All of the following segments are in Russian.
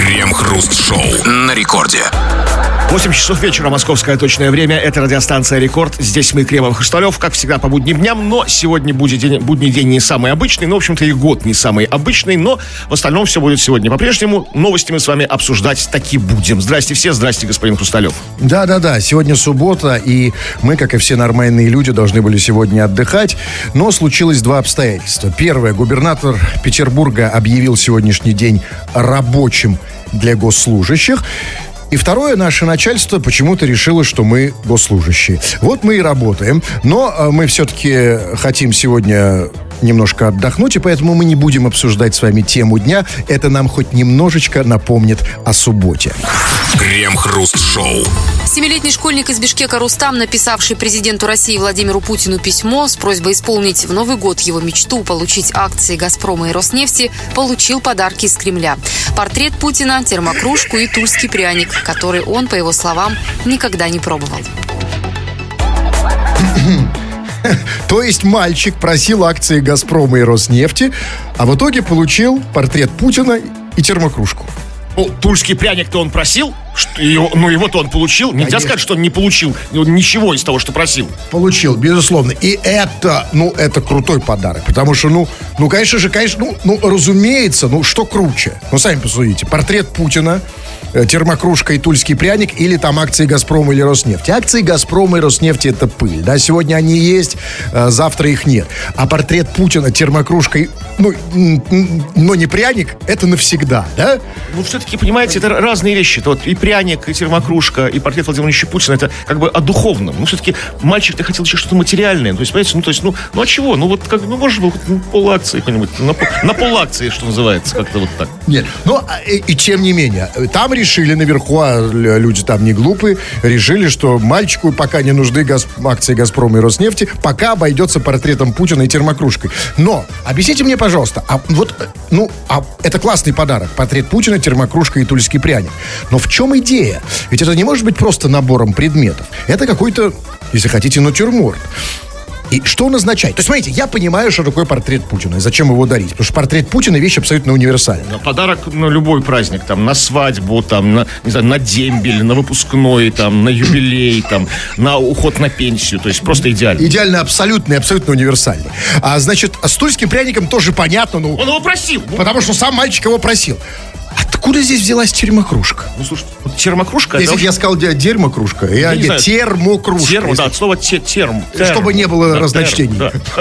Крем-хруст-шоу на рекорде. 8 часов вечера, московское точное время. Это радиостанция «Рекорд». Здесь мы, Кремов, Хрусталев, как всегда, по будним дням. Но сегодня будний день не самый обычный. Ну, в общем-то, и год не самый обычный. Но в остальном все будет сегодня по-прежнему. Новости мы с вами обсуждать таки будем. Здрасте все, здрасте, господин Хрусталев. Да. Сегодня суббота, и мы, как и все нормальные люди, должны были сегодня отдыхать. Но случилось два обстоятельства. Первое. Губернатор Петербурга объявил сегодняшний день рабочим для госслужащих. И второе, наше начальство почему-то решило, что мы госслужащие. Вот мы и работаем, но мы все-таки хотим сегодня немножко отдохнуть, и поэтому мы не будем обсуждать с вами тему дня. Это нам хоть немножечко напомнит о субботе. Крем-хруст-шоу. 7-летний школьник из Бишкека Рустам, написавший президенту России Владимиру Путину письмо с просьбой исполнить в Новый год его мечту получить акции «Газпрома» и «Роснефти», получил подарки из Кремля. Портрет Путина, термокружку и тульский пряник, который он, по его словам, никогда не пробовал. То есть мальчик просил акции «Газпрома» и «Роснефти», а в итоге получил портрет Путина и термокружку. Тульский пряник-то он просил, его-то он получил. Нельзя Конечно. сказать, что он не получил ничего из того, что просил. Получил, безусловно. И это крутой подарок. Потому что, конечно, разумеется, что круче? Сами посудите. Портрет Путина, термокружка и тульский пряник, или там акции «Газпрома» или «Роснефти». Акции «Газпрома» и «Роснефти» — это пыль. Да, сегодня они есть, завтра их нет. А портрет Путина, термокружка, но не пряник, это навсегда, да? Все-таки, понимаете, это разные вещи. Это вот и пряник, и термокружка, и портрет Владимира Ильича Путина, это как бы о духовном. Все-таки мальчик-то хотел еще что-то материальное. То есть, понимаете, а чего? Может быть, полакции какой-нибудь, на полакции, что называется, как-то вот так. Нет, и тем не менее, там решили наверху, а люди там не глупые, решили, что мальчику пока не нужны акции «Газпрома» и «Роснефти», пока обойдется портретом Путина и термокружкой. Но, объясните мне, пожалуйста, это классный подарок, портрет Путина, термокружка и тульский пряник. Но в чем идея? Ведь это не может быть просто набором предметов. Это какой-то, если хотите, натюрморт. И что он означает? То есть, смотрите, я понимаю, что такое портрет Путина и зачем его дарить. Потому что портрет Путина — вещь абсолютно универсальная. Подарок на любой праздник, на свадьбу, на дембель, на выпускной, на юбилей, на уход на пенсию. То есть просто идеально. Идеально абсолютный, абсолютно универсальный. Значит, с тульским пряником тоже понятно. Он его просил. Потому что сам мальчик его просил. Откуда здесь взялась термокружка? Слушай, термокружка... Если я сказал дермокружка, термокружка. От слова терм. Чтобы не было разночтений.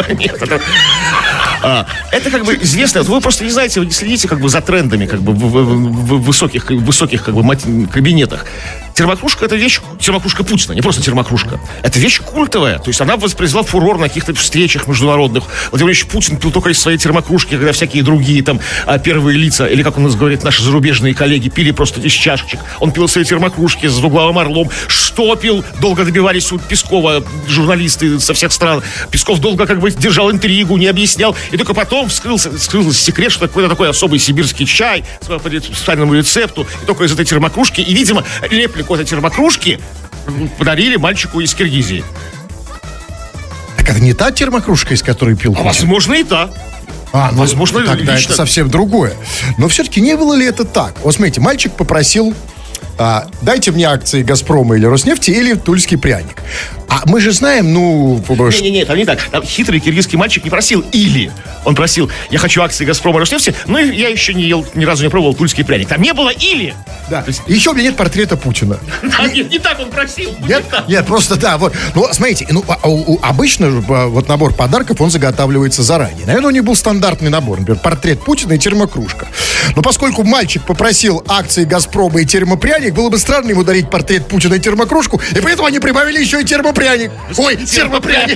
Это как бы известно. Вы просто не знаете, вы не следите как бы за трендами как бы в высоких как бы кабинетах. Термокружка — это вещь, термокружка Путина, не просто термокружка. Это вещь культовая. То есть она воспроизвела фурор на каких-то встречах международных. Владимир Ильич Путин пил только из своей термокружки, когда всякие другие первые лица, или как у нас говорят наши зарубежные коллеги, пили просто из чашечек. Он пил из своей термокружки с двуглавым орлом. Что пил? Долго добивались у Пескова журналисты со всех стран. Песков долго как бы держал интригу, не объяснял. И только потом вскрылся секрет, что какой-то такой особый сибирский чай по специальному рецепту. И только из этой термокружки. И, видимо, реплику этой термокружки подарили мальчику из Киргизии. Так это не та термокружка, из которой пил Путин? Возможно, и та. Возможно, тогда лично... это совсем другое. Но все-таки не было ли это так? Вот смотрите, мальчик попросил: дайте мне акции «Газпрома» или «Роснефти», или тульский пряник. А мы же знаем, Не, там не так. Там хитрый киргизский мальчик не просил «или». Он просил: я хочу акции «Газпрома» и «Роснефти», но я еще не ел, ни разу не пробовал тульский пряник. Там не было «или». Да. То есть... Еще у меня нет портрета Путина. Нет, не так он просил. Нет, просто да. Вот. Смотрите, обычно набор подарков, он заготавливается заранее. Наверное, у них был стандартный набор. Например, портрет Путина и термокружка. Но поскольку мальчик попросил акции «Газпрома» и термопряник, было бы странно ему дарить портрет Путина и термокружку, и поэтому они прибавили еще и термопряник. Ой, термопряник.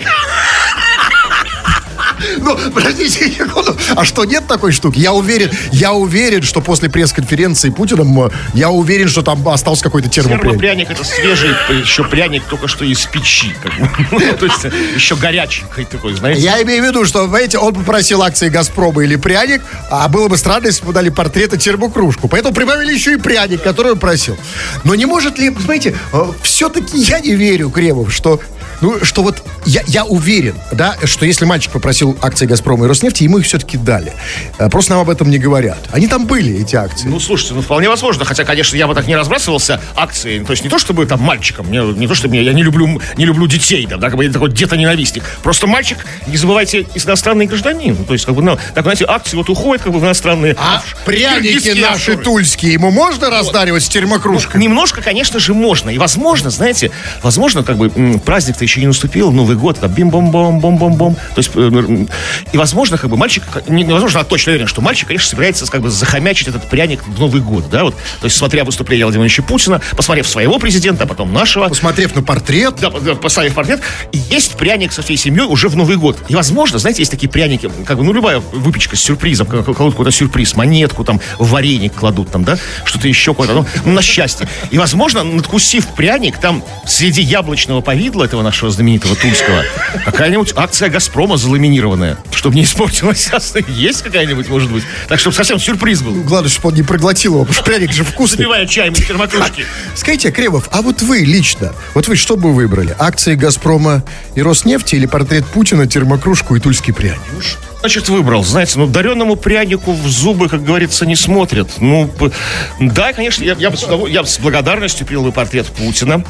Подождите секунду. А что, нет такой штуки? Я уверен, что после пресс-конференции Путиным, я уверен, что там остался какой-то термопряник. Термопряник — это свежий еще пряник, только что из печи. То есть еще горячий такой, знаете. Я имею в виду, что, знаете, он попросил акции «Газпрома» или пряник, а было бы странно, если бы дали портрет и термокружку. Поэтому прибавили еще и пряник, который он просил. Но не может ли, знаете, все-таки я не верю, Кремов, что вот Я уверен, да, что если мальчик попросил акции «Газпрома» и «Роснефти», ему их все-таки дали. Просто нам об этом не говорят. Они там были, эти акции. Ну, слушайте, вполне возможно. Хотя, конечно, я бы так не разбрасывался акцией. То есть не то, чтобы там мальчиком, не то, чтобы я не люблю детей, да, как бы я такой детоненавистник. Просто мальчик, не забывайте, иностранный гражданин. То есть, как бы, так, знаете, акции вот уходят как бы в иностранные... А пряники наши тульские ему можно раздаривать с термокружкой? Немножко, конечно же, можно. И, возможно, знаете, как бы праздник-то еще не наступил, Новый год, там, бим-бом-бом-бом-бом-бом. То есть, и, возможно, как бы мальчик, невозможно, а точно уверен, что мальчик, конечно, собирается как бы захомячить этот пряник в Новый год, да, вот. То есть, смотря выступление Владимира Владимировича Путина, посмотрев своего президента, а потом нашего. Посмотрев на портрет. Да, поставив портрет. И есть пряник со всей семьей уже в Новый год. И, возможно, знаете, есть такие пряники, как бы, любая выпечка с сюрпризом, кладут какой-то сюрприз, монетку, там, вареник кладут, там, да, что-то еще какое-то, на счастье. И, возможно, надкусив пряник, там, среди яблочного повидла этого нашего знаменитого тульского, какая-нибудь акция «Газпрома» заламинированная, чтобы не испортилась. Есть какая-нибудь, может быть? Так, чтобы совсем сюрприз был. Главное, чтобы он не проглотил его, потому что пряник же вкусный. Запивая чаем из термокружки. Скажите, Кремов, а вот вы лично, вот вы что бы выбрали? Акции «Газпрома» и «Роснефти» или портрет Путина, термокружку и тульский пряник? Значит, выбрал. Знаете, дареному прянику в зубы, как говорится, не смотрят. Да, конечно, я бы с благодарностью принял бы портрет Путина.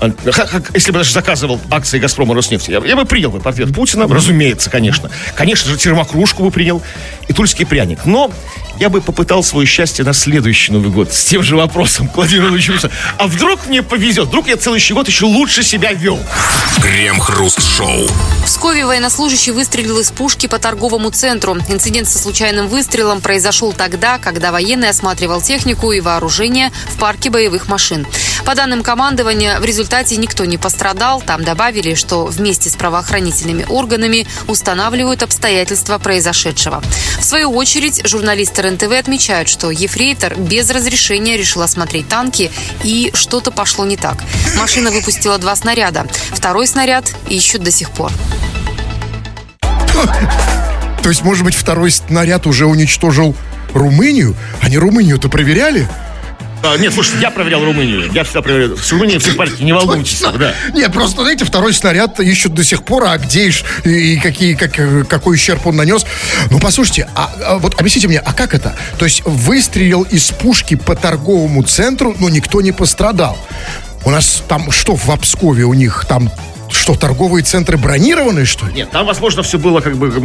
Если бы даже заказывал акции «Газпрома» и «Роснефти», я бы принял бы портрет Путина, разумеется, конечно. Конечно же, термокружку бы принял и тульский пряник. Но я бы попытал свое счастье на следующий Новый год с тем же вопросом к Владимиру Владимировичу. А вдруг мне повезет? Вдруг я следующий год еще лучше себя вел? Крем-хруст-шоу. В Пскове военнослужащий выстрелил из пушки по торговому центру. Инцидент со случайным выстрелом произошел тогда, когда военный осматривал технику и вооружение в парке боевых машин. По данным командования, в результате никто не пострадал. Там добавили, что вместе с правоохранительными органами устанавливают обстоятельства произошедшего. В свою очередь, журналисты РЕН-ТВ отмечают, что ефрейтор без разрешения решил осмотреть танки, и что-то пошло не так. Машина выпустила 2 снаряда. Второй снаряд ищут до сих пор. То есть, может быть, второй снаряд уже уничтожил Румынию? Они Румынию-то проверяли? Нет, слушайте, я проверял Румынию. Я всегда проверял. С Румынией все в порядке, не волнуйтесь. Да. Нет, просто, знаете, второй снаряд ищут до сих пор, а где и какой ущерб он нанес. Ну, послушайте, вот объясните мне, а как это? То есть выстрелил из пушки по торговому центру, но никто не пострадал. У нас там что в Пскове у них там... Что, торговые центры бронированные, что ли? Нет, там, возможно, все было как бы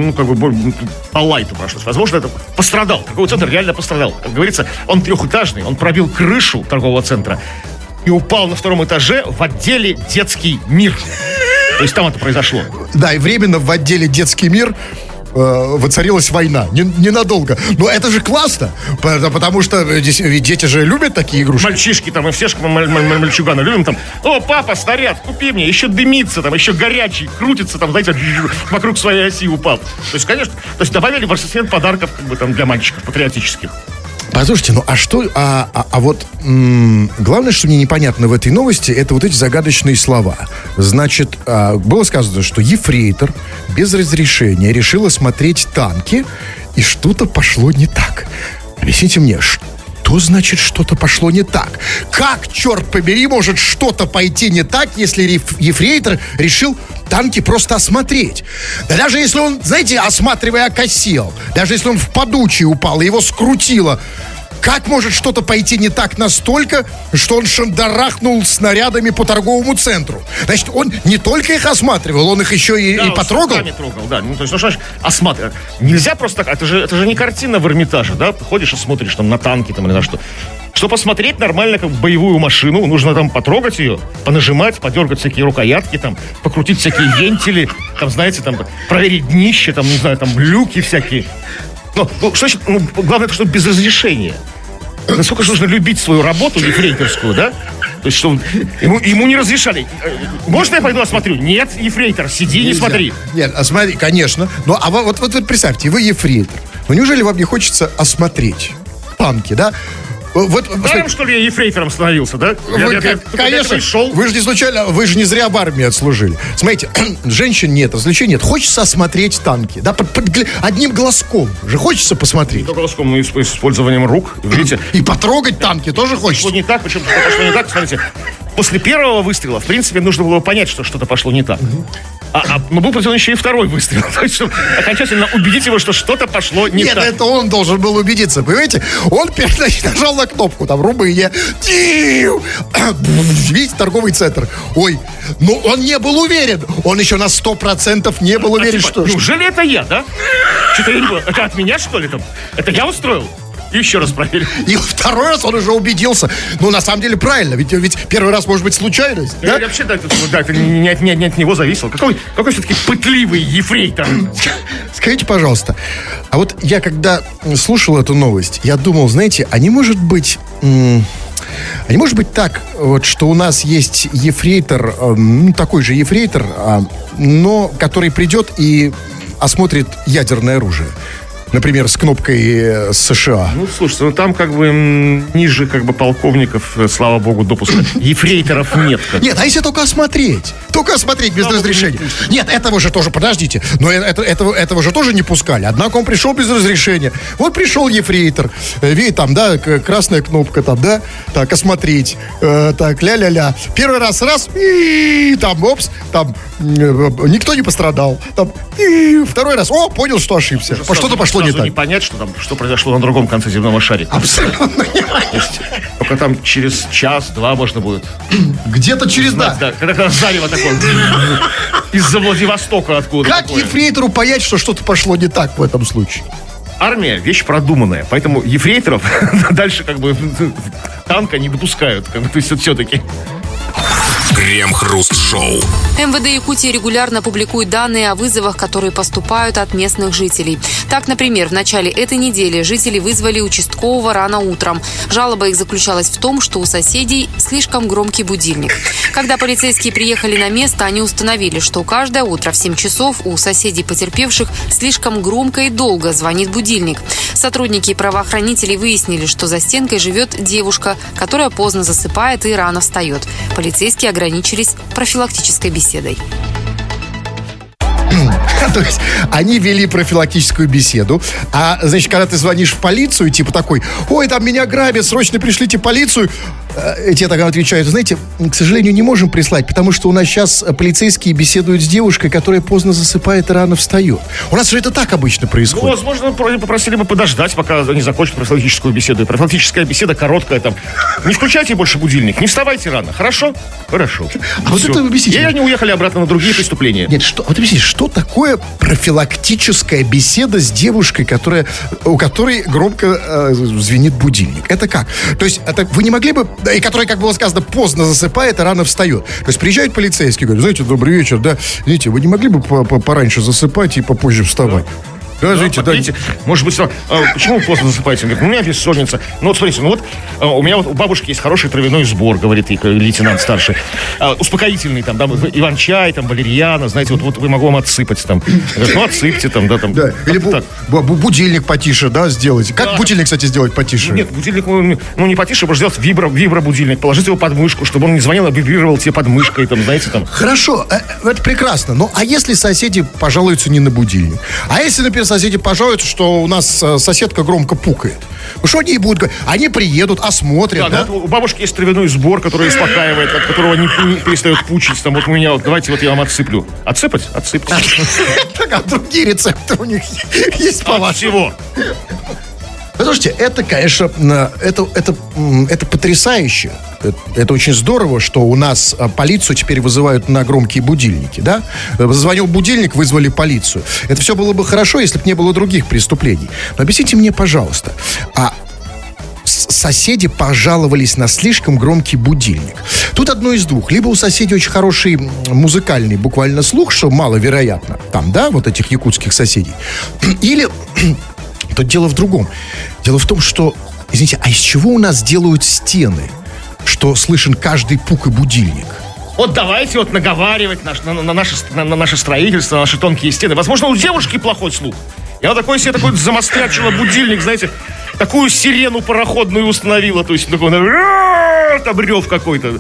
по лайту прошло. Возможно, это пострадал. Торговый центр реально пострадал. Как говорится, он трехэтажный, он пробил крышу торгового центра и упал на 2-м этаже в отделе «Детский мир». То есть там это произошло. Да, и временно в отделе «Детский мир» воцарилась война. Ненадолго. Но это же классно, потому что дети же любят такие игрушки. Мальчишки там, и все мальчуганы любим там. О, папа, снаряд, купи мне. Еще дымится там, еще горячий, крутится там, знаете, вокруг своей оси упал. То есть, конечно, добавили в ассортимент подарков как бы там для мальчиков патриотических. Послушайте, ну а что, вот главное, что мне непонятно в этой новости, это вот эти загадочные слова. Значит, было сказано, что ефрейтор без разрешения решил осмотреть танки, и что-то пошло не так. Объясните мне, что значит что-то пошло не так? Как, черт побери, может что-то пойти не так, если ефрейтор решил танки просто осмотреть? Да даже если он, знаете, осматривая, окосел, даже если он в падучий упал и его скрутило, как может что-то пойти не так настолько, что он шандарахнул снарядами по торговому центру? Значит, он не только их осматривал, он их еще и потрогал? Да, трогал, да. Ну, то есть, осматривать. Нельзя просто так. Это же не картина в Эрмитаже, да? Ты ходишь и смотришь там на танки там или на что. Чтобы посмотреть нормально как боевую машину, нужно там потрогать ее, понажимать, подергать всякие рукоятки, там, покрутить всякие вентили, там, знаете, там, проверить днище, там, не знаю, там, люки всякие. Ну, что значит, главное, чтобы без разрешения. Насколько же нужно любить свою работу ефрейторскую, да? То есть, что ему не разрешали. Можно я пойду осмотрю? Нет, ефрейтор, сиди, нельзя. Не смотри. Нет, осмотри, конечно. Ну, а вот представьте, вы ефрейтор. Ну, неужели вам не хочется осмотреть танки, да? Знаем, что ли, я ефрейтором становился, да? Конечно, вы же не случайно, вы же не зря в армии отслужили. Смотрите, женщин нет, развлечений нет. Хочется осмотреть танки, да, одним глазком же хочется посмотреть. Не только глазком, но и с использованием рук. Видите? И потрогать танки тоже хочется. Пошло не так, почему пошло не так, смотрите. После первого выстрела, в принципе, нужно было понять, что что-то пошло не так. Но был произведен еще и второй выстрел. То есть, чтобы окончательно убедить его, что что-то пошло не Нет, так. это он должен был убедиться, понимаете? Он нажал на кнопку, там, Румыния. Видите, торговый центр. Ой, ну он не был уверен. Он еще на 100% не был уверен, что... Неужели это я, да? Что-то я не понял. Это от меня, что ли, там? Это я устроил? Еще раз проверил. И второй раз он уже убедился. Ну, на самом деле, правильно. Ведь первый раз может быть случайность. Да? Вообще, это не от него зависело. Какой все-таки пытливый ефрейтор. Скажите, пожалуйста, а вот я когда слушал эту новость, я думал, знаете, а не может быть так, вот, что у нас есть ефрейтор, такой же ефрейтор, но который придет и осмотрит ядерное оружие? Например, с кнопкой США. Ну, слушайте, там как бы ниже как бы полковников, слава богу, допуска ефрейторов нет. Нет, а если только осмотреть? Только осмотреть без разрешения. Нет, этого же тоже, подождите, но этого же тоже не пускали. Однако он пришел без разрешения. Вот пришел ефрейтор, видите, там, да, красная кнопка, там, да, так, осмотреть, так, ля-ля-ля. Первый раз, и там, опс, там, никто не пострадал. Там, и второй раз, понял, что ошибся. Что-то пошло не так. Не понять, что произошло на другом конце земного шарика. Абсолютно не Только там через час-два можно будет. Где-то через, да. Когда зарево такое. Из-за Владивостока откуда. Как ефрейтору понять, что что-то пошло не так в этом случае? Армия — вещь продуманная, поэтому ефрейторов дальше как бы танка не допускают. То есть все-таки... Крем-хруст-шоу. МВД Якутии регулярно публикует данные о вызовах, которые поступают от местных жителей. Так, например, в начале этой недели жители вызвали участкового рано утром. Жалоба их заключалась в том, что у соседей слишком громкий будильник. Когда полицейские приехали на место, они установили, что каждое утро в 7 часов у соседей потерпевших слишком громко и долго звонит будильник. Сотрудники и правоохранители выяснили, что за стенкой живет девушка, которая поздно засыпает и рано встает. Полицейские ограничились профилактической беседой. То есть они вели профилактическую беседу. А, значит, когда ты звонишь в полицию, типа такой: ой, там меня грабят, срочно пришлите полицию. Те так отвечают: знаете, к сожалению, не можем прислать, потому что у нас сейчас полицейские беседуют с девушкой, которая поздно засыпает и рано встает. У нас же это так обычно происходит. Ну, возможно, попросили бы подождать, пока они закончат профилактическую беседу. И профилактическая беседа короткая там. Не включайте больше будильник, не вставайте рано. Хорошо? Хорошо. А вот это объясните. И они уехали обратно на другие преступления. Нет, вот объясните, что такое профилактическая беседа с девушкой, у которой громко звенит будильник? Это как? То есть, это вы не могли бы... И которая, как было сказано, поздно засыпает и рано встает. То есть приезжают полицейские, говорят: знаете, добрый вечер, да, видите, вы не могли бы пораньше засыпать и попозже вставать? Да, знаете, да. Может быть, почему вы поздно засыпаете? Он говорит: у меня бессонница. Ну вот смотрите, у меня у бабушки есть хороший травяной сбор, говорит лейтенант старший. Успокоительный, там, да, иван-чай, там, валерьяна, знаете, вот вы могу вам отсыпать там. Говорит: ну, отсыпьте там, да, там. Да. Или будильник потише, да, сделайте. Как будильник, кстати, сделать потише? Нет, будильник, не потише, можно сделать вибробудильник, положить его под мышку, чтобы он не звонил, а вибрировал тебе под мышкой, там, знаете, там. Хорошо, это прекрасно. Ну, а если соседи пожалуются не на будильник? А если, например, соседи пожалуются, что у нас соседка громко пукает? Ну, что они будут говорить? Они приедут, осмотрят, да? Вот у бабушки есть травяной сбор, который успокаивает, от которого не перестает пучить. Там вот у меня, давайте вот я вам отсыплю. Отсыпать? Отсыпьте. Так, а другие рецепты у них есть по вашему? Чего? Слушайте, это, конечно, это потрясающе. Это очень здорово, что у нас полицию теперь вызывают на громкие будильники, да? Зазвонил будильник, вызвали полицию. Это все было бы хорошо, если бы не было других преступлений. Но объясните мне, пожалуйста, соседи пожаловались на слишком громкий будильник. Тут одно из двух. Либо у соседей очень хороший музыкальный буквально слух, что маловероятно, там, да, вот этих якутских соседей. Или... Тут дело в другом. Дело в том, что, извините, а из чего у нас делают стены, что слышен каждый пук и будильник? Вот давайте вот наговаривать на наше строительство, на наши тонкие стены. Возможно, у девушки плохой слух. Я такой себе такой замострячила будильник, знаете, такую сирену пароходную установила, то есть такой там рев какой-то.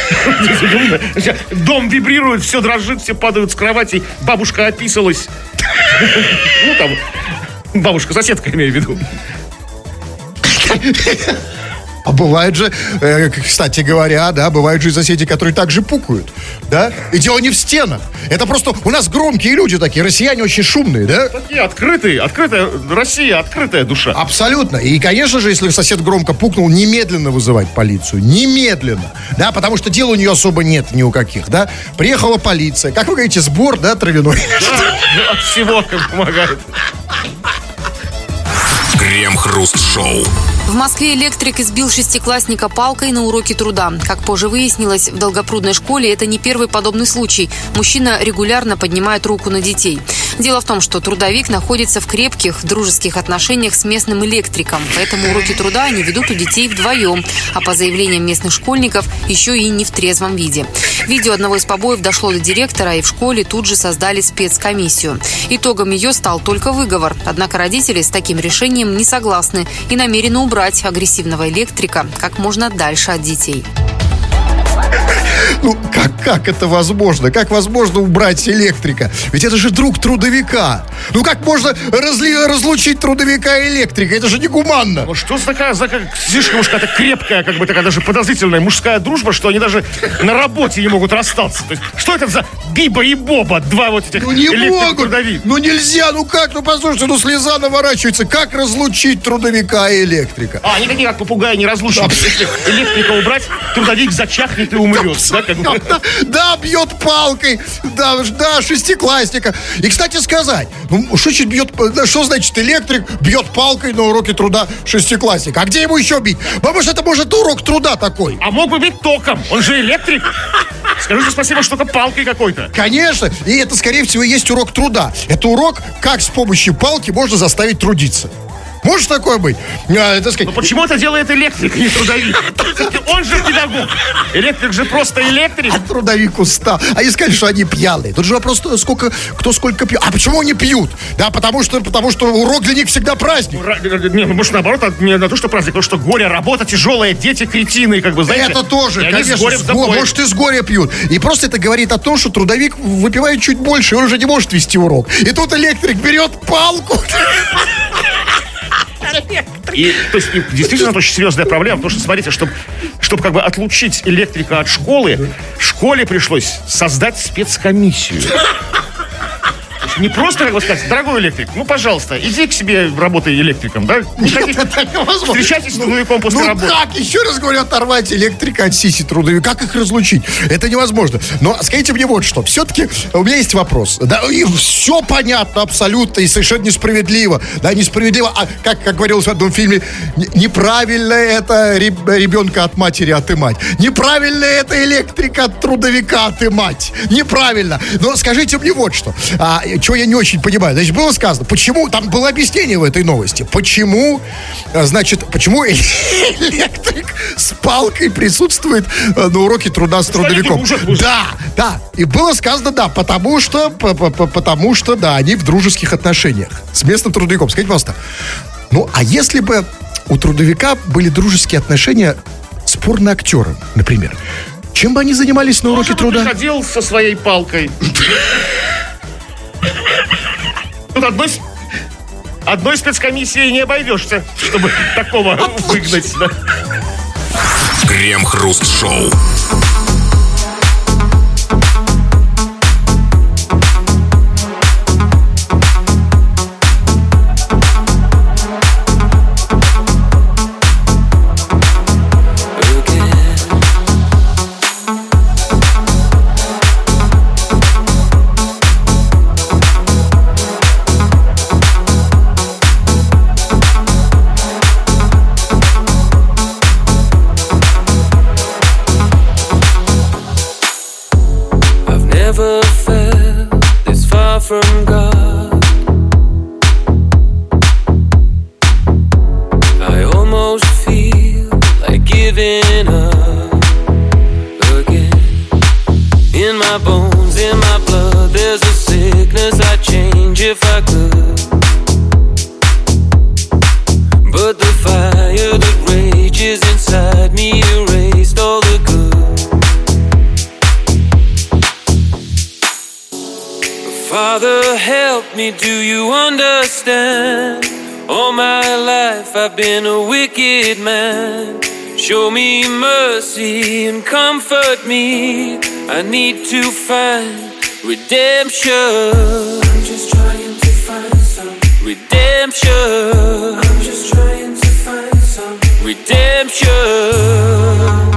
Дом вибрирует, все дрожит, все падают с кровати, бабушка описалась. Ну там... Бабушка, соседка, имею в виду. А бывает же, кстати говоря, да, бывают же и соседи, которые также пукают, да? И дело не в стенах. Это просто у нас громкие люди такие, россияне очень шумные, да? Такие открытая Россия, открытая душа. Абсолютно. И, конечно же, если сосед громко пукнул, немедленно вызывать полицию. Немедленно. Да, потому что дела у нее особо нет ни у каких, да? Приехала полиция. Как вы говорите, сбор, да, травяной? Да, от всего как помогает. Крем-хруст-шоу. В Москве электрик избил шестиклассника палкой на уроке труда. Как позже выяснилось, в Долгопрудной школе это не первый подобный случай. Мужчина регулярно поднимает руку на детей. Дело в том, что трудовик находится в крепких, дружеских отношениях с местным электриком. Поэтому уроки труда они ведут у детей вдвоем. А по заявлениям местных школьников, еще и не в трезвом виде. Видео одного из побоев дошло до директора, и в школе тут же создали спецкомиссию. Итогом ее стал только выговор. Однако родители с таким решением не согласны и намерены убрать агрессивного электрика как можно дальше от детей. Ну, как это возможно? Как возможно убрать электрика? Ведь это же друг трудовика. Ну, как можно разлучить трудовика и электрика? Это же негуманно. Ну, что за такая слишком уж какая-то крепкая, как бы такая даже подозрительная мужская дружба, что они даже на работе не могут расстаться. То есть, что это за Биба и Боба? Два вот этих электрик-трудовик. Ну, нельзя, ну как? Ну, послушайте, ну, слеза наворачивается. Как разлучить трудовика и электрика? Они такие, как попугаи, не разлучат. Если электрика убрать, трудовик зачахнет и умрет. Да, бьет палкой. Да, шестиклассника. И, кстати сказать, ну, что значит электрик бьет палкой на уроке труда шестиклассника? А где ему еще бить? Потому что это, может, урок труда такой. А мог бы бить током. Он же электрик. Скажите спасибо, что это палкой какой-то. Конечно. И это, скорее всего, и есть урок труда. Это урок, как с помощью палки можно заставить трудиться. Может такое быть? Но почему это делает электрик, не трудовик? Он же педагог. Электрик же просто электрик. А трудовик устал. Они сказали, что они пьяные. Тут же вопрос, кто сколько пьет. А почему они пьют? Да, потому что урок для них всегда праздник. Не, может, наоборот, не на то, что праздник, потому что горе, работа тяжелая, дети кретины, как бы, знаете. Это тоже, конечно. Может, и с горя пьют. И просто это говорит о том, что трудовик выпивает чуть больше, и он уже не может вести урок. И тут электрик берет палку. И, то есть, действительно, это очень серьезная проблема, потому что, смотрите, чтобы как бы отлучить электрика от школы, школе пришлось создать спецкомиссию. Не просто, как бы сказать, дорогой электрик, ну, пожалуйста, иди к себе, работай электриком, да? Встречайтесь с трудовиком после работы. Ну, как, еще раз говорю, оторвать электрика от сиси трудовика? Как их разлучить? Это невозможно. Но скажите мне вот что. Все-таки у меня есть вопрос. Да, и все понятно абсолютно и совершенно несправедливо. Да, несправедливо. А как говорилось в одном фильме, неправильно это ребенка от матери отымать. Неправильно это электрика от трудовика отымать. Неправильно. Но скажите мне вот что. Чего я не очень понимаю. Значит, было сказано, почему, там было объяснение в этой новости, почему электрик с палкой присутствует на уроке труда с трудовиком. Да. И было сказано, да, потому что, да, они в дружеских отношениях с местным трудовиком. Скажите, пожалуйста, ну, а если бы у трудовика были дружеские отношения с порноактером, например, чем бы они занимались на уроке труда? Он приходил со своей палкой. Тут одной спецкомиссии не обойдешься, чтобы такого выгнать. Да. Крем-хруст-шоу. From God, I almost feel like giving up again. In my bones, in my blood, there's a sickness I'd change if I could. But the fire that rages inside me erased all the good. Father, help me, do you understand? All my life I've been a wicked man. Show me mercy and comfort me. I need to find redemption. I'm just trying to find some redemption. I'm just trying to find some redemption.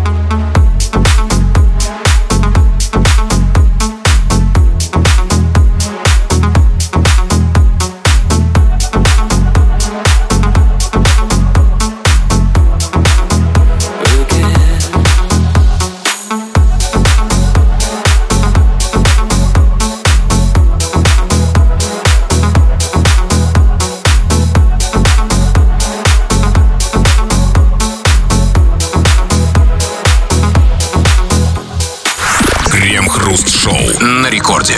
Крем-хруст-шоу на рекорде.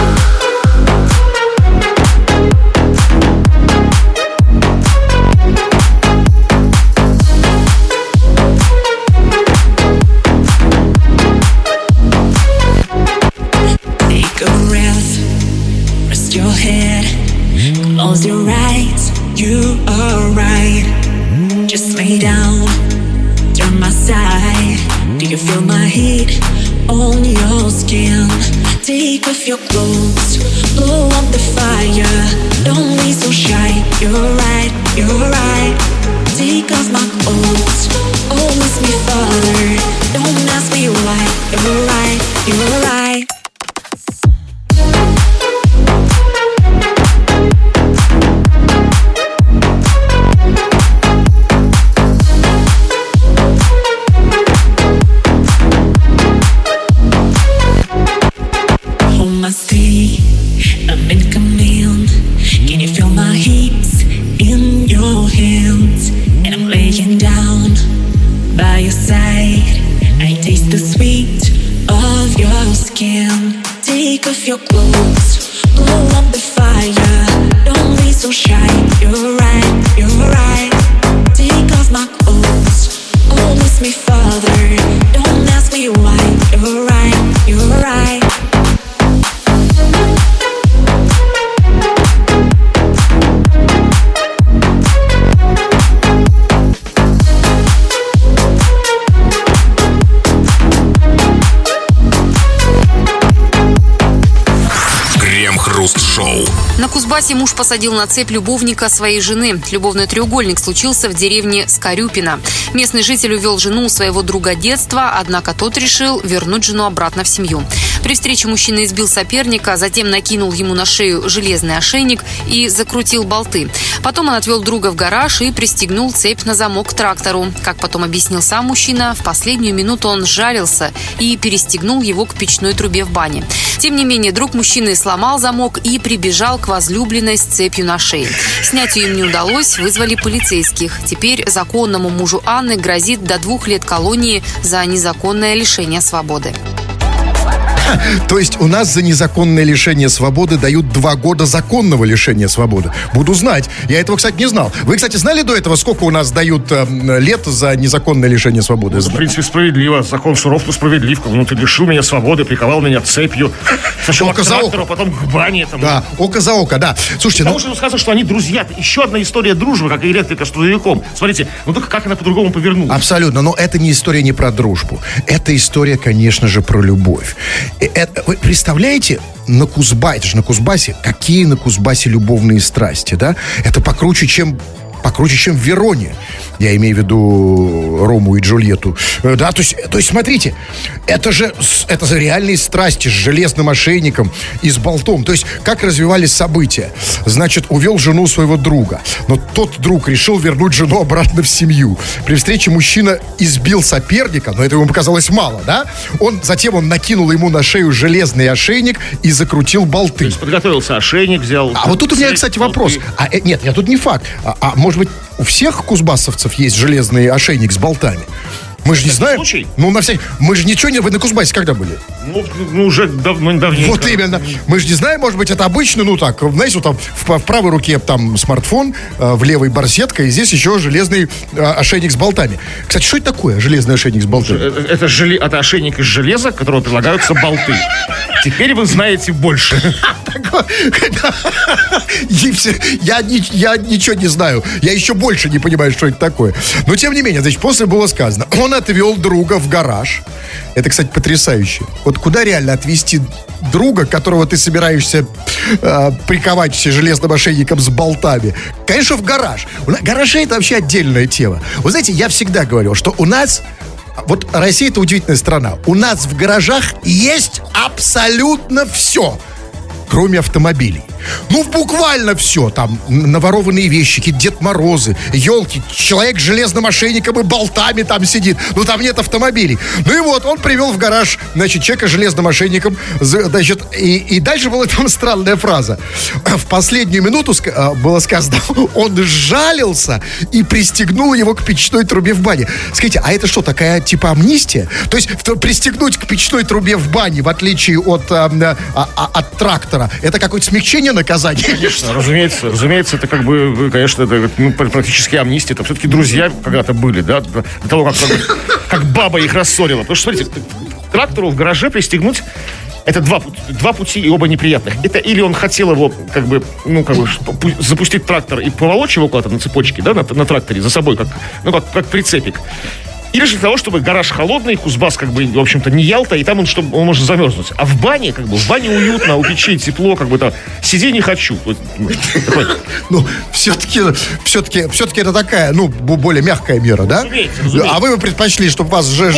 Take a breath, rest your head, close your eyes, you are right. Just lay down, turn my side. Do you feel my heat on your skin? Take off your clothes, blow up the fire. Don't be so shy, you're right, you're right. Take off my clothes, oh miss me further. Don't ask me why, you're right, you're right. I'm in command. Can you feel my heat in your hands? And I'm laying down by your side. I taste the sweet of your skin. Take off your clothes, blow up the fire. Don't be so shy, you're right, you're right. Take off my clothes, oh miss me further. Don't ask me why, you're right, you're right. Крем-хруст-шоу. На Кузбассе муж посадил на цепь любовника своей жены. Любовный треугольник случился в деревне Скорюпино. Местный житель увел жену у своего друга детства, однако тот решил вернуть жену обратно в семью. При встрече мужчина избил соперника, затем накинул ему на шею железный ошейник и закрутил болты. Потом он отвел друга в гараж и пристегнул цепь на замок к трактору. Как потом объяснил сам мужчина, в последнюю минуту он сжалился и перестегнул его к печной трубе в бане. Тем не менее, друг мужчины сломал замок и прибежал к возлюбленной с цепью на шее. Снять ее им не удалось, вызвали полицейских. Теперь законному мужу Анны грозит до 2 лет колонии за незаконное лишение свободы. То есть у нас за незаконное лишение свободы дают 2 года законного лишения свободы. Буду знать. Я этого, кстати, не знал. Вы, кстати, знали до этого, сколько у нас дают лет за незаконное лишение свободы? В принципе, справедливо. Закон суров, но справедлив. Ну, ты лишил меня свободы, приковал меня цепью. Сначала к трактору, потом к бане. Там. Да, око за око, да. Слушайте, потому что сказано, что они друзья. Еще одна история дружбы, как и электрика с трудовиком. Смотрите, ну только как она по-другому повернулась. Абсолютно, но это не история не про дружбу. Это история, конечно же, про любовь. Вы представляете, на Кузбассе, какие на Кузбассе любовные страсти, да? Это покруче, чем в Вероне. Я имею в виду Рому и Джульетту. Да, то есть смотрите, это же реальные страсти с железным ошейником и с болтом. То есть, как развивались события? Значит, увел жену своего друга. Но тот друг решил вернуть жену обратно в семью. При встрече мужчина избил соперника, но это ему показалось мало, да? Затем он накинул ему на шею железный ошейник и закрутил болты. То есть, подготовился, ошейник взял. А вот тут у меня, кстати, вопрос. Нет, тут не факт. Может быть, у всех кузбассовцев есть железный ошейник с болтами? Мы же не знаем. Случай? Мы же ничего не... Вы на Кузбассе когда были? Ну уже давненько. Вот именно. Мы же не знаем, может быть, это обычно, знаете, вот там в правой руке там смартфон, в левой барсетка, и здесь еще железный ошейник с болтами. Кстати, что это такое, железный ошейник с болтами? Это ошейник из железа, к которому прилагаются болты. Теперь вы знаете больше. Я ничего не знаю. Я еще больше не понимаю, что это такое. Но, тем не менее, значит, после было сказано, он отвел друга в гараж. Это, кстати, потрясающе. Вот куда реально отвезти друга, которого ты собираешься приковать железным ошейником с болтами? Конечно, в гараж. Гаражи — это вообще отдельная тема. Вы знаете, я всегда говорил, что у нас... Вот Россия — это удивительная страна. У нас в гаражах есть абсолютно все, кроме автомобилей. Ну, буквально все. Там наворованные вещи, какие-то Дед Морозы, елки, человек с железным ошейником и болтами там сидит. Ну, там нет автомобилей. Ну и вот, он привел в гараж, значит, человека с железным ошейником. Значит, и дальше была там странная фраза. В последнюю минуту было сказано, он сжалился и пристегнул его к печной трубе в бане. Скажите, а это что, такая типа амнистия? То есть пристегнуть к печной трубе в бане, в отличие от трактора, это какое-то смягчение наказания? Конечно, разумеется, это как бы, конечно, это практически амнистия. Это все-таки друзья когда-то были, да, до того, как баба их рассорила. Потому что, смотрите, к трактору в гараже пристегнуть — это два пути, и оба неприятных. Это или он хотел его, запустить трактор и поволочь его куда-то на цепочке, да, на тракторе за собой, как прицепик. Или же для того, чтобы гараж холодный, Кузбасс, в общем-то, не Ялта, и там он может замерзнуть. А в бане, в бане уютно, у печи тепло, там, сиди не хочу. Ну, все-таки это такая, более мягкая мера, да? Разумеется. А вы бы предпочли, чтобы вас же...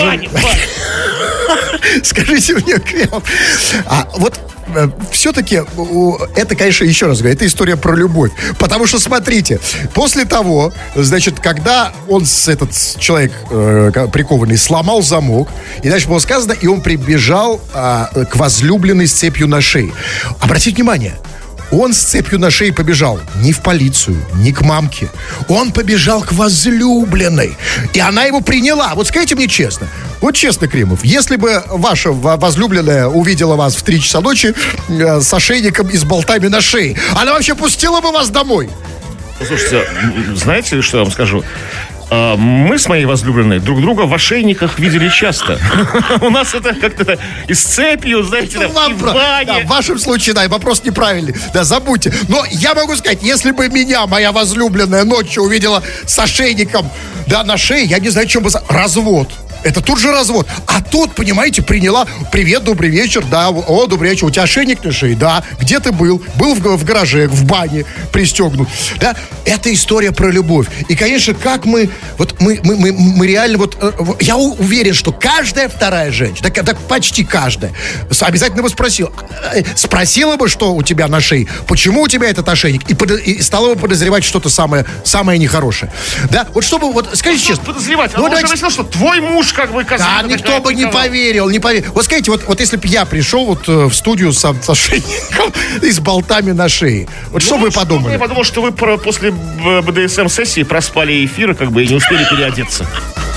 Скажите мне, Кремов, а вот все-таки это, конечно, еще раз говорю, это история про любовь. Потому что, смотрите, после того, значит, когда этот человек прикованный сломал замок, и дальше было сказано, и он прибежал к возлюбленной с цепью на шее. Обратите внимание, он с цепью на шее побежал не в полицию, не к мамке. Он побежал к возлюбленной. И она его приняла. Вот скажите мне честно. Вот честно, Кремов, если бы ваша возлюбленная увидела вас в 3 часа ночи с ошейником и с болтами на шее, она вообще пустила бы вас домой? Слушайте, знаете, что я вам скажу? Мы с моей возлюбленной друг друга в ошейниках видели часто. У нас это как-то и с цепью, знаете, и в бане. Да, в вашем случае, да, вопрос неправильный. Да, забудьте. Но я могу сказать, если бы меня моя возлюбленная ночью увидела с ошейником, да, на шее, я не знаю, чем бы... Развод. Это тут же развод. А тут, понимаете, приняла: привет, добрый вечер, да, добрый вечер, у тебя ошейник на шее, да, где ты был? Был в гараже, в бане пристегнут, да. Это история про любовь. И, конечно, как мы реально я уверен, что каждая вторая женщина, так почти каждая, обязательно бы спросила бы, что у тебя на шее, почему у тебя этот ошейник, и стала бы подозревать что-то самое нехорошее. Да, вот чтобы, скажите честно. Подозревать, она уже выяснила, что твой муж да, никто бы не поверил. Вот скажите, вот если бы я пришел в студию с ошейником и с болтами на шее, вот что бы вы подумали? Я подумал, что вы после БДСМ-сессии проспали эфир, и не успели переодеться.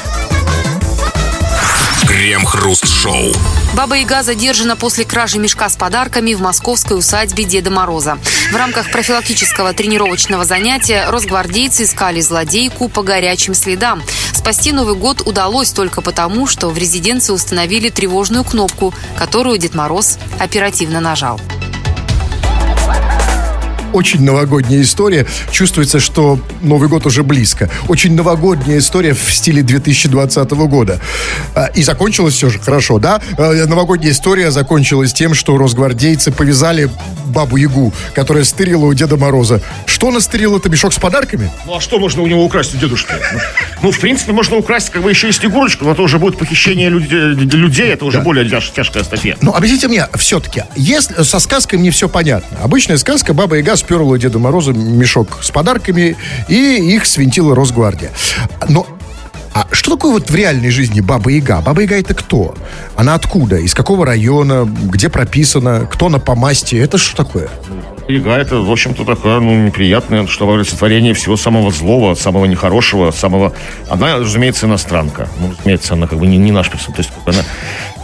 Крем-хруст-шоу. Баба-Яга задержана после кражи мешка с подарками в московской усадьбе Деда Мороза. В рамках профилактического тренировочного занятия росгвардейцы искали злодейку по горячим следам. Спасти Новый год удалось только потому, что в резиденции установили тревожную кнопку, которую Дед Мороз оперативно нажал. Очень новогодняя история. Чувствуется, что Новый год уже близко. Очень новогодняя история в стиле 2020 года. И закончилось все же хорошо, да? Новогодняя история закончилась тем, что росгвардейцы повязали Бабу-Ягу, которая стырила у Деда Мороза. Что она стырила? Это мешок с подарками? Ну, а что можно у него украсть, у дедушки? Ну, в принципе, можно украсть еще и Снегурочку, но это уже будет похищение людей, это уже более тяжкая статья. Ну, объясните мне, все-таки, если со сказкой мне все понятно. Обычная сказка: Баба-Яга сперла у Деда Мороза мешок с подарками, и их свинтила Росгвардия. Но что такое в реальной жизни Баба-Яга? Баба-Яга — это кто? Она откуда? Из какого района? Где прописана? Кто на помасте? Это что такое? Яга — это, в общем-то, такая, неприятная, что олицетворение всего самого злого, самого нехорошего, самого... Она, разумеется, иностранка. Разумеется, она не наш персонаж. То есть она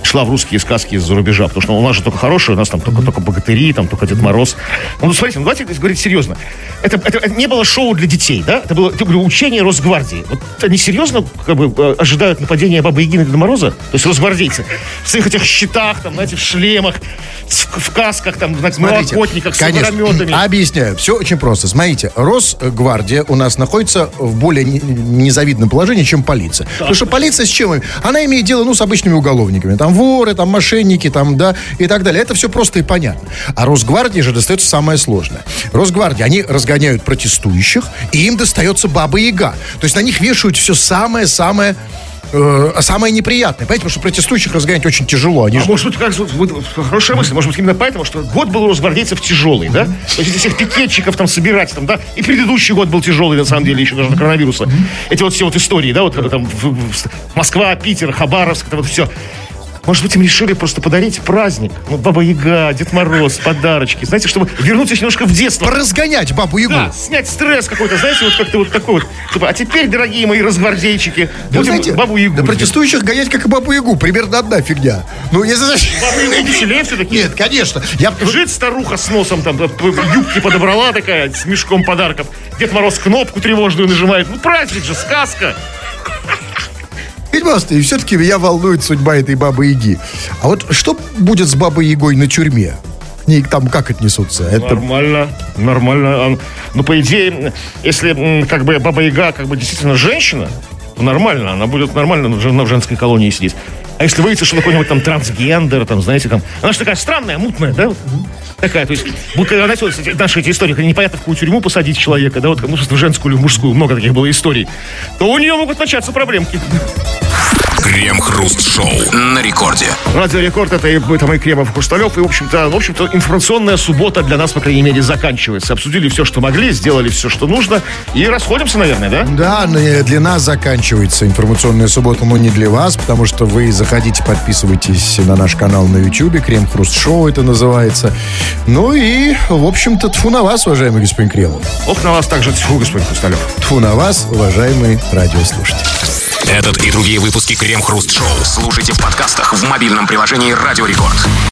шла в русские сказки из-за рубежа. Потому что у нас же только хорошие, у нас там только богатыри, там только Дед Мороз. Ну, смотрите, давайте говорить серьезно. Это не было шоу для детей, да? Это было учение Росгвардии. Вот они серьезно как бы ожидают нападения Бабы-Яги на Деда Мороза? То есть росгвардейцы в своих этих щитах, там, знаете, в шлемах, в касках, там, в налокотниках, с водометами. Объясняю. Все очень просто. Смотрите, Росгвардия у нас находится в более незавидном положении, чем полиция. Да. Потому что полиция с чем? Она имеет дело, с обычными уголовниками. Там воры, там мошенники, там, да, и так далее. Это все просто и понятно. А Росгвардии же достается самое сложное. Росгвардия, они разгоняют протестующих, и им достается Баба-Яга. То есть на них вешают все самое-самое неприятное. Понимаете, потому что протестующих разгонять очень тяжело. Они может быть, хорошая мысль. Может быть, именно поэтому, что год был у росгвардейцев тяжелый, да? То есть, всех пикетчиков там собирать, там, да? И предыдущий год был тяжелый, на самом деле, еще даже до коронавируса. Эти вот все вот истории, да? Вот там Москва, Питер, Хабаровск, это вот все. Может быть, им решили просто подарить праздник. Баба-Яга, Дед Мороз, подарочки. Знаете, чтобы вернуться немножко в детство. Разгонять Бабу-Ягу. Да, снять стресс какой-то, знаете, вот как-то вот такой вот. Типа, а теперь, дорогие мои росгвардейчики, будем Бабу-Ягу. Да протестующих гонять, как и Бабу-Ягу. Примерно одна фигня. Бабу-Ягу веселее все-таки. Нет, конечно. Жить старуха с носом, там, юбки подобрала такая, с мешком подарков. Дед Мороз кнопку тревожную нажимает. Праздник же, сказка. И все-таки меня волнует судьба этой Бабы-Яги. А вот что будет с Бабой-Ягой на тюрьме? К ней там как отнесутся? Нормально. Ну, по идее, если как бы Баба-Яга как бы действительно женщина, то нормально. Она будет нормально в женской колонии сидеть. А если выйдет, что какой-нибудь там трансгендер, там, знаете, там... Она же такая странная, мутная, да? Такая, то есть, знаете, вот наши эти истории, когда непонятно в какую тюрьму посадить человека, да, вот, в женскую или в мужскую, много таких было историй, то у нее могут начаться проблемки. Крем-хруст-шоу на рекорде. Радио Рекорд, это мой Кремов Хрусталев. И, в общем-то, информационная суббота для нас, по крайней мере, заканчивается. Обсудили все, что могли, сделали все, что нужно. И расходимся, наверное, да? Да, но для нас заканчивается информационная суббота, но не для вас, потому что вы заходите, подписывайтесь на наш канал на YouTube. Крем-хруст-шоу это называется. Ну и, в общем-то, тьфу на вас, уважаемый господин Кремов. Ох, на вас также тьфу, господин Хрусталев. Тьфу на вас, уважаемые радиослушатели. Этот и другие выпуски Крем-хруст-шоу слушайте в подкастах в мобильном приложении «Радио Рекорд».